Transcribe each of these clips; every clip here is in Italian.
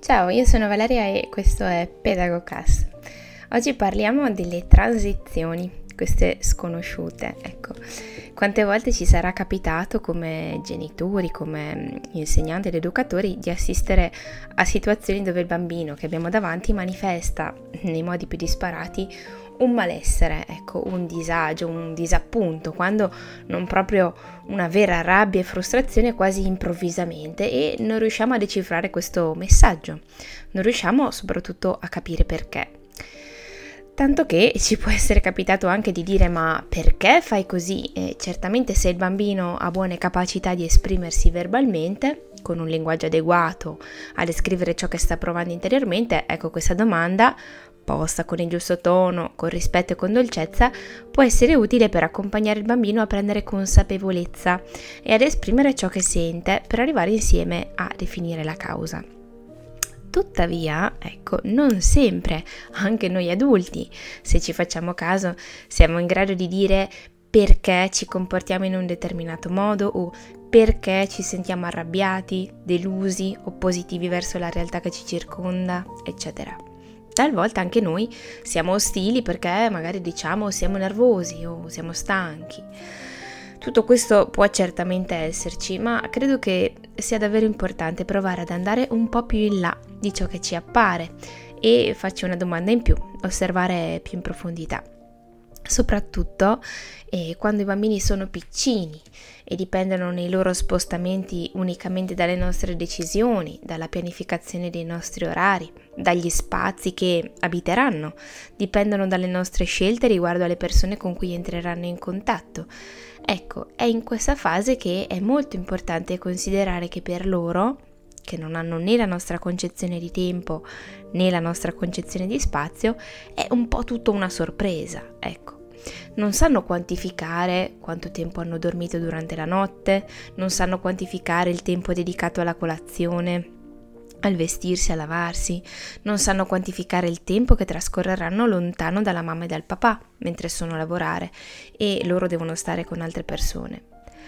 Ciao, io sono Valeria e questo è Pedagogcast. Oggi parliamo delle transizioni, queste sconosciute, ecco. Quante volte ci sarà capitato come genitori, come insegnanti ed educatori di assistere a situazioni dove il bambino che abbiamo davanti manifesta nei modi più disparati un malessere, ecco, un disagio, un disappunto, quando non proprio una vera rabbia e frustrazione quasi improvvisamente, e non riusciamo a decifrare questo messaggio, non riusciamo soprattutto a capire perché. Tanto che ci può essere capitato anche di dire: ma perché fai così? E certamente se il bambino ha buone capacità di esprimersi verbalmente, con un linguaggio adeguato a descrivere ciò che sta provando interiormente, ecco, questa domanda, posta con il giusto tono, con rispetto e con dolcezza, può essere utile per accompagnare il bambino a prendere consapevolezza e ad esprimere ciò che sente, per arrivare insieme a definire la causa. Tuttavia, ecco, non sempre, anche noi adulti, se ci facciamo caso, siamo in grado di dire perché ci comportiamo in un determinato modo o perché ci sentiamo arrabbiati, delusi o positivi verso la realtà che ci circonda, eccetera. Talvolta anche noi siamo ostili perché magari diciamo siamo nervosi o siamo stanchi. Tutto questo può certamente esserci, ma credo che sia davvero importante provare ad andare un po' più in là di ciò che ci appare e farci una domanda in più, osservare più in profondità. Soprattutto quando i bambini sono piccini e dipendono nei loro spostamenti unicamente dalle nostre decisioni, dalla pianificazione dei nostri orari, dagli spazi che abiteranno, dipendono dalle nostre scelte riguardo alle persone con cui entreranno in contatto. Ecco, è in questa fase che è molto importante considerare che per loro, che non hanno né la nostra concezione di tempo né la nostra concezione di spazio, è un po' tutto una sorpresa, ecco. Non sanno quantificare quanto tempo hanno dormito durante la notte, non sanno quantificare il tempo dedicato alla colazione, al vestirsi, a lavarsi, non sanno quantificare il tempo che trascorreranno lontano dalla mamma e dal papà mentre sono a lavorare e loro devono stare con altre persone.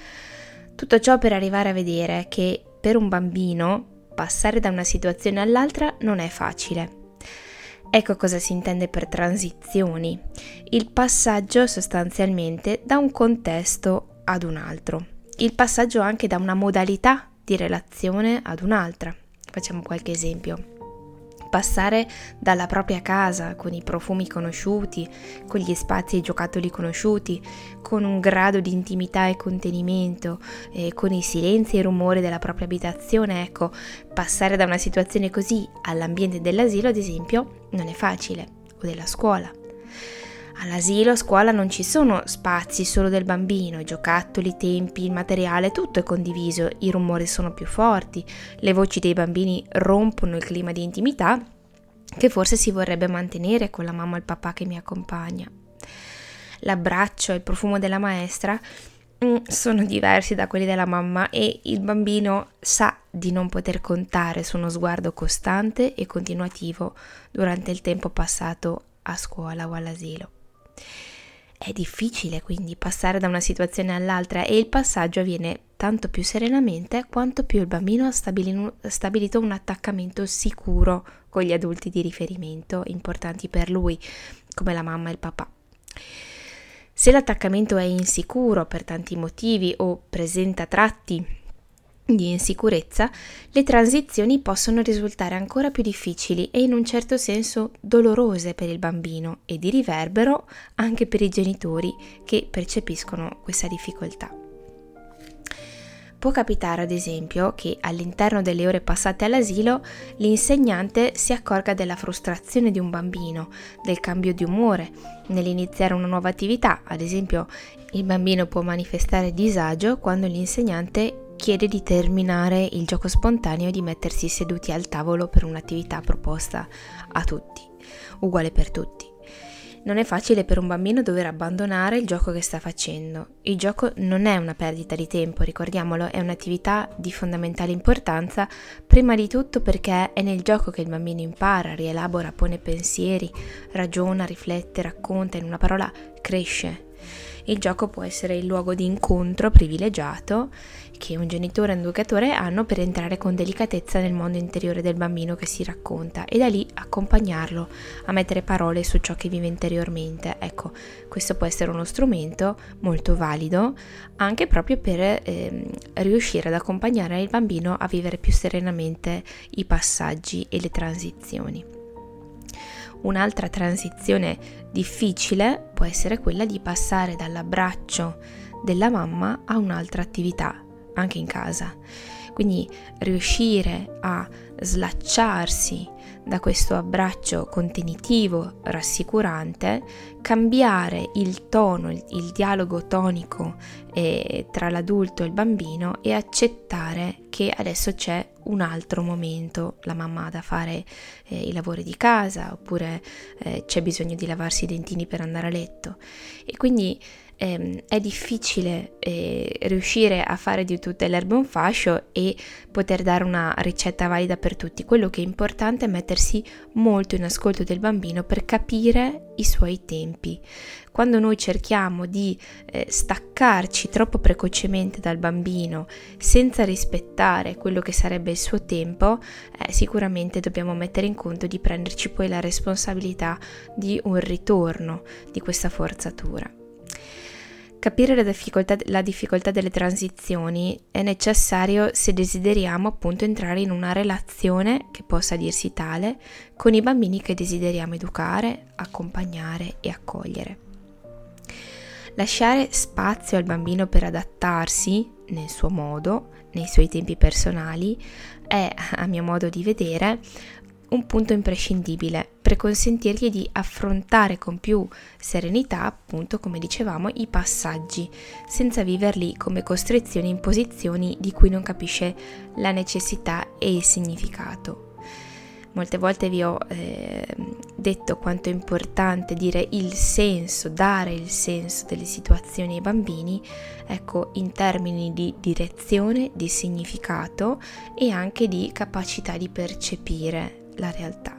Tutto ciò per arrivare a vedere che per un bambino passare da una situazione all'altra non è facile. Ecco cosa si intende per transizioni: il passaggio sostanzialmente da un contesto ad un altro, il passaggio anche da una modalità di relazione ad un'altra. Facciamo qualche esempio. Passare dalla propria casa con i profumi conosciuti, con gli spazi e i giocattoli conosciuti, con un grado di intimità e contenimento, con i silenzi e i rumori della propria abitazione, ecco, passare da una situazione così all'ambiente dell'asilo, ad esempio, non è facile, o della scuola. All'asilo, a scuola non ci sono spazi solo del bambino, i giocattoli, i tempi, il materiale, tutto è condiviso, i rumori sono più forti, le voci dei bambini rompono il clima di intimità che forse si vorrebbe mantenere con la mamma e il papà che mi accompagna. L'abbraccio e il profumo della maestra sono diversi da quelli della mamma e il bambino sa di non poter contare su uno sguardo costante e continuativo durante il tempo passato a scuola o all'asilo. È difficile quindi passare da una situazione all'altra e il passaggio avviene tanto più serenamente quanto più il bambino ha stabilito un attaccamento sicuro con gli adulti di riferimento importanti per lui, come la mamma e il papà. Se l'attaccamento è insicuro per tanti motivi o presenta tratti di insicurezza, le transizioni possono risultare ancora più difficili e in un certo senso dolorose per il bambino e di riverbero anche per i genitori che percepiscono questa difficoltà. Può capitare ad esempio che all'interno delle ore passate all'asilo l'insegnante si accorga della frustrazione di un bambino, del cambio di umore nell'iniziare una nuova attività. Ad esempio, il bambino può manifestare disagio quando l'insegnante chiede di terminare il gioco spontaneo e di mettersi seduti al tavolo per un'attività proposta a tutti, uguale per tutti. Non è facile per un bambino dover abbandonare il gioco che sta facendo. Il gioco non è una perdita di tempo, ricordiamolo, è un'attività di fondamentale importanza, prima di tutto perché è nel gioco che il bambino impara, rielabora, pone pensieri, ragiona, riflette, racconta, in una parola cresce. Il gioco può essere il luogo di incontro privilegiato che un genitore e un educatore hanno per entrare con delicatezza nel mondo interiore del bambino che si racconta e da lì accompagnarlo a mettere parole su ciò che vive interiormente. Ecco, questo può essere uno strumento molto valido anche proprio per riuscire ad accompagnare il bambino a vivere più serenamente i passaggi e le transizioni. Un'altra transizione difficile può essere quella di passare dall'abbraccio della mamma a un'altra attività, anche in casa. Quindi riuscire a slacciarsi da questo abbraccio contenitivo, rassicurante, cambiare il tono, il dialogo tonico tra l'adulto e il bambino e accettare che adesso c'è un altro momento, la mamma ha da fare i lavori di casa oppure c'è bisogno di lavarsi i dentini per andare a letto e quindi è difficile riuscire a fare di tutte le erbe un fascio e poter dare una ricetta valida per tutti. Quello che è importante è mettersi molto in ascolto del bambino per capire i suoi tempi. Quando noi cerchiamo di staccarci troppo precocemente dal bambino senza rispettare quello che sarebbe il suo tempo, sicuramente dobbiamo mettere in conto di prenderci poi la responsabilità di un ritorno di questa forzatura. Capire la difficoltà delle transizioni è necessario se desideriamo appunto entrare in una relazione che possa dirsi tale con i bambini che desideriamo educare, accompagnare e accogliere. Lasciare spazio al bambino per adattarsi nel suo modo, nei suoi tempi personali, è, a mio modo di vedere, un punto imprescindibile per consentirgli di affrontare con più serenità, appunto come dicevamo, i passaggi, senza viverli come costrizioni e imposizioni di cui non capisce la necessità e il significato. Molte volte vi ho detto quanto è importante dire il senso, dare il senso delle situazioni ai bambini, ecco, in termini di direzione, di significato e anche di capacità di percepire la realtà.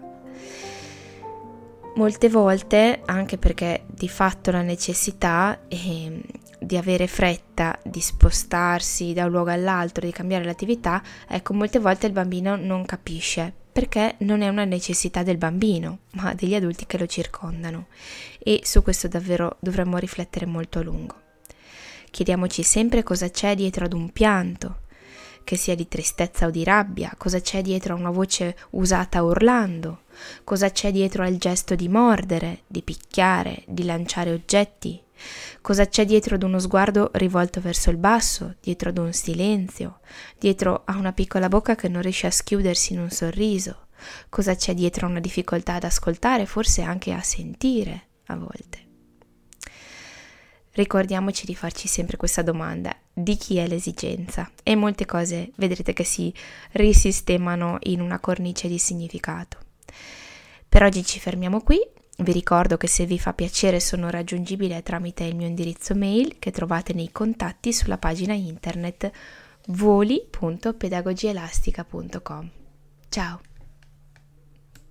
Molte volte, anche perché di fatto la necessità di avere fretta, di spostarsi da un luogo all'altro, di cambiare l'attività, ecco, molte volte il bambino non capisce, perché non è una necessità del bambino, ma degli adulti che lo circondano. E su questo davvero dovremmo riflettere molto a lungo. Chiediamoci sempre cosa c'è dietro ad un pianto, che sia di tristezza o di rabbia, cosa c'è dietro a una voce usata urlando, cosa c'è dietro al gesto di mordere, di picchiare, di lanciare oggetti, cosa c'è dietro ad uno sguardo rivolto verso il basso, dietro ad un silenzio, dietro a una piccola bocca che non riesce a schiudersi in un sorriso, cosa c'è dietro a una difficoltà ad ascoltare, forse anche a sentire a volte. Ricordiamoci di farci sempre questa domanda: di chi è l'esigenza? E molte cose vedrete che si risistemano in una cornice di significato. Per oggi ci fermiamo qui. Vi ricordo che se vi fa piacere sono raggiungibile tramite il mio indirizzo mail che trovate nei contatti sulla pagina internet voli.pedagogielastica.com. Ciao!